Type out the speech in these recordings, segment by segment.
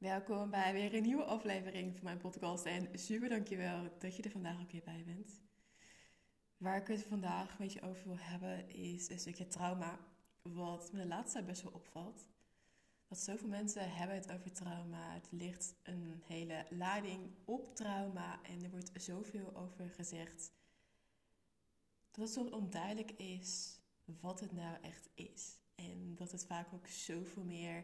Welkom bij weer een nieuwe aflevering van mijn podcast en super dankjewel dat je er vandaag ook weer bij bent. Waar ik het vandaag met je over wil hebben is een stukje trauma, wat me de laatste tijd best wel opvalt. Dat zoveel mensen hebben het over trauma, het ligt een hele lading op trauma en er wordt zoveel over gezegd dat het soms onduidelijk is wat het nou echt is. En dat het vaak ook zoveel meer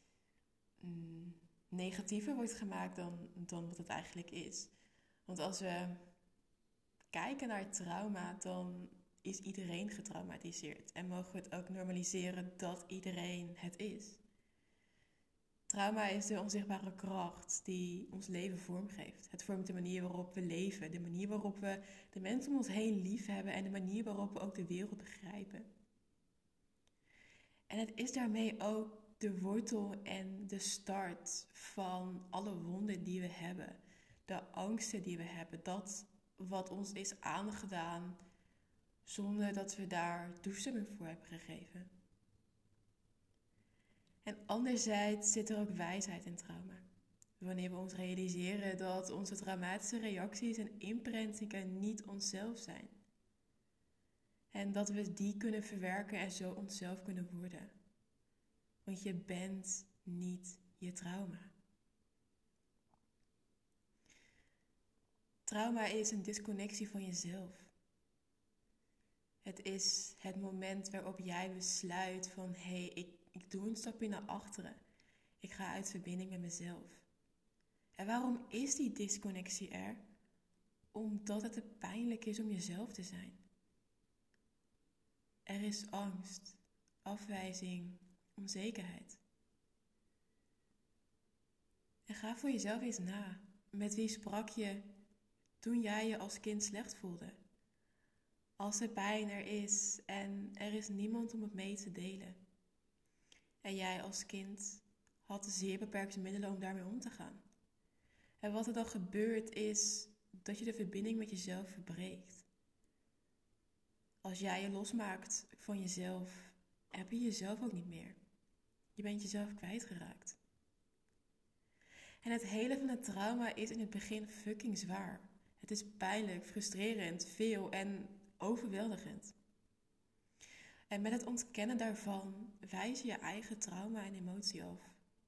negatiever wordt gemaakt dan wat het eigenlijk is. Want als we kijken naar trauma, dan is iedereen getraumatiseerd. En mogen we het ook normaliseren dat iedereen het is. Trauma is de onzichtbare kracht die ons leven vormgeeft. Het vormt de manier waarop we leven, de manier waarop we de mensen om ons heen lief hebben en de manier waarop we ook de wereld begrijpen. En het is daarmee ook de wortel en de start van alle wonden die we hebben. De angsten die we hebben. Dat wat ons is aangedaan zonder dat we daar toestemming voor hebben gegeven. En anderzijds zit er ook wijsheid in trauma. Wanneer we ons realiseren dat onze traumatische reacties en imprintingen niet onszelf zijn. En dat we die kunnen verwerken en zo onszelf kunnen worden. Want je bent niet je trauma. Trauma is een disconnectie van jezelf. Het is het moment waarop jij besluit van hé, ik doe een stapje naar achteren. Ik ga uit verbinding met mezelf. En waarom is die disconnectie er? Omdat het te pijnlijk is om jezelf te zijn. Er is angst, afwijzing, onzekerheid. En ga voor jezelf eens na. Met wie sprak je toen jij je als kind slecht voelde? Als er pijn er is en er is niemand om het mee te delen. En jij als kind had zeer beperkte middelen om daarmee om te gaan. En wat er dan gebeurt is dat je de verbinding met jezelf verbreekt. Als jij je losmaakt van jezelf, heb je jezelf ook niet meer. Je bent jezelf kwijtgeraakt. En het hele van het trauma is in het begin fucking zwaar. Het is pijnlijk, frustrerend, veel en overweldigend. En met het ontkennen daarvan wijs je je eigen trauma en emotie af.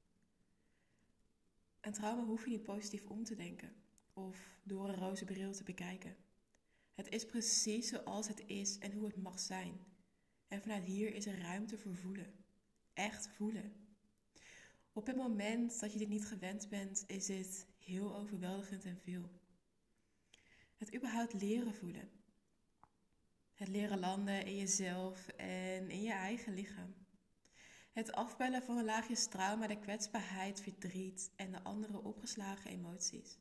En trauma hoef je niet positief om te denken of door een roze bril te bekijken. Het is precies zoals het is en hoe het mag zijn. En vanuit hier is er ruimte voor voelen. Echt voelen. Op het moment dat je dit niet gewend bent, is dit heel overweldigend en veel. Het überhaupt leren voelen. Het leren landen in jezelf en in je eigen lichaam. Het afbellen van de laagjes trauma, de kwetsbaarheid, verdriet en de andere opgeslagen emoties.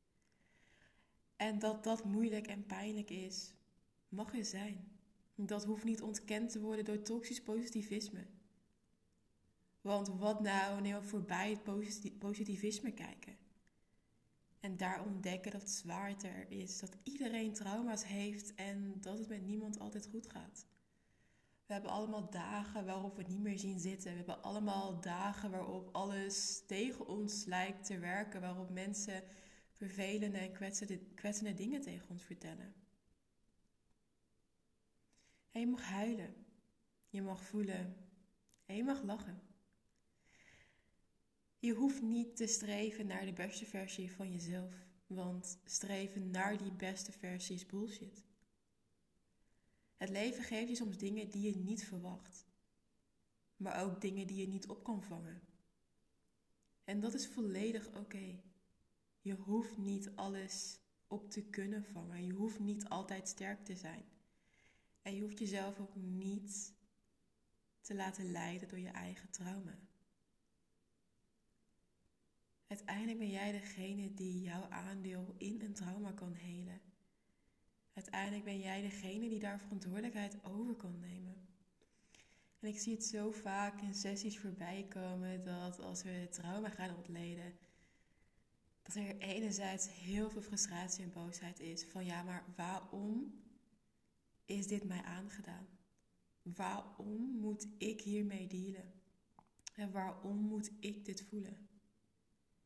En dat dat moeilijk en pijnlijk is, mag er zijn. Dat hoeft niet ontkend te worden door toxisch positivisme. Want wat nou wanneer we voorbij het positivisme kijken? En daar ontdekken dat het zwaarder is, dat iedereen trauma's heeft en dat het met niemand altijd goed gaat. We hebben allemaal dagen waarop we het niet meer zien zitten. We hebben allemaal dagen waarop alles tegen ons lijkt te werken. Waarop mensen vervelende en kwetsende dingen tegen ons vertellen. En je mag huilen. Je mag voelen. En je mag lachen. Je hoeft niet te streven naar de beste versie van jezelf. Want streven naar die beste versie is bullshit. Het leven geeft je soms dingen die je niet verwacht. Maar ook dingen die je niet op kan vangen. En dat is volledig oké. Je hoeft niet alles op te kunnen vangen. Je hoeft niet altijd sterk te zijn. En je hoeft jezelf ook niet te laten leiden door je eigen trauma. Uiteindelijk ben jij degene die jouw aandeel in een trauma kan helen. Uiteindelijk ben jij degene die daar verantwoordelijkheid over kan nemen. En ik zie het zo vaak in sessies voorbij komen dat als we het trauma gaan ontleden, dat er enerzijds heel veel frustratie en boosheid is van ja, maar waarom is dit mij aangedaan? Waarom moet ik hiermee dealen? En waarom moet ik dit voelen?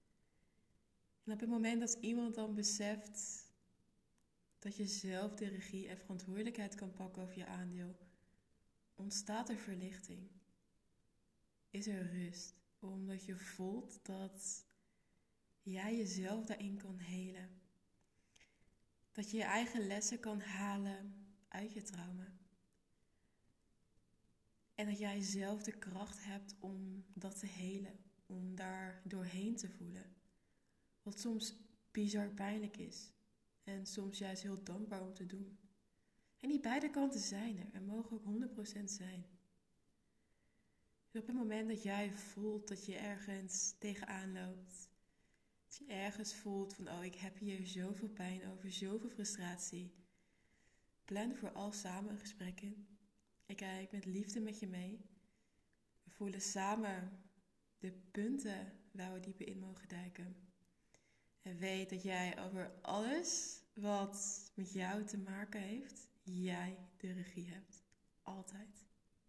En op het moment dat iemand dan beseft dat je zelf de regie en verantwoordelijkheid kan pakken over je aandeel, ontstaat er verlichting. Is er rust, omdat je voelt dat jij jezelf daarin kan helen. Dat je je eigen lessen kan halen uit je trauma. En dat jij zelf de kracht hebt om dat te helen, om daar doorheen te voelen. Wat soms bizar pijnlijk is en soms juist heel dankbaar om te doen. En die beide kanten zijn er en mogen ook 100% zijn. Dus op het moment dat jij voelt dat je ergens tegenaan loopt, dat je ergens voelt van oh ik heb hier zoveel pijn over, zoveel frustratie, plan vooral samen een gesprek in. Ik kijk met liefde met je mee. We voelen samen de punten waar we dieper in mogen duiken. En weet dat jij over alles wat met jou te maken heeft, jij de regie hebt. Altijd.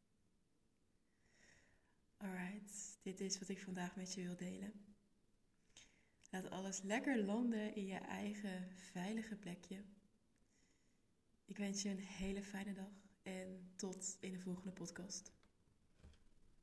Alright, dit is wat ik vandaag met je wil delen. Laat alles lekker landen in je eigen veilige plekje. Ik wens je een hele fijne dag en tot in de volgende podcast.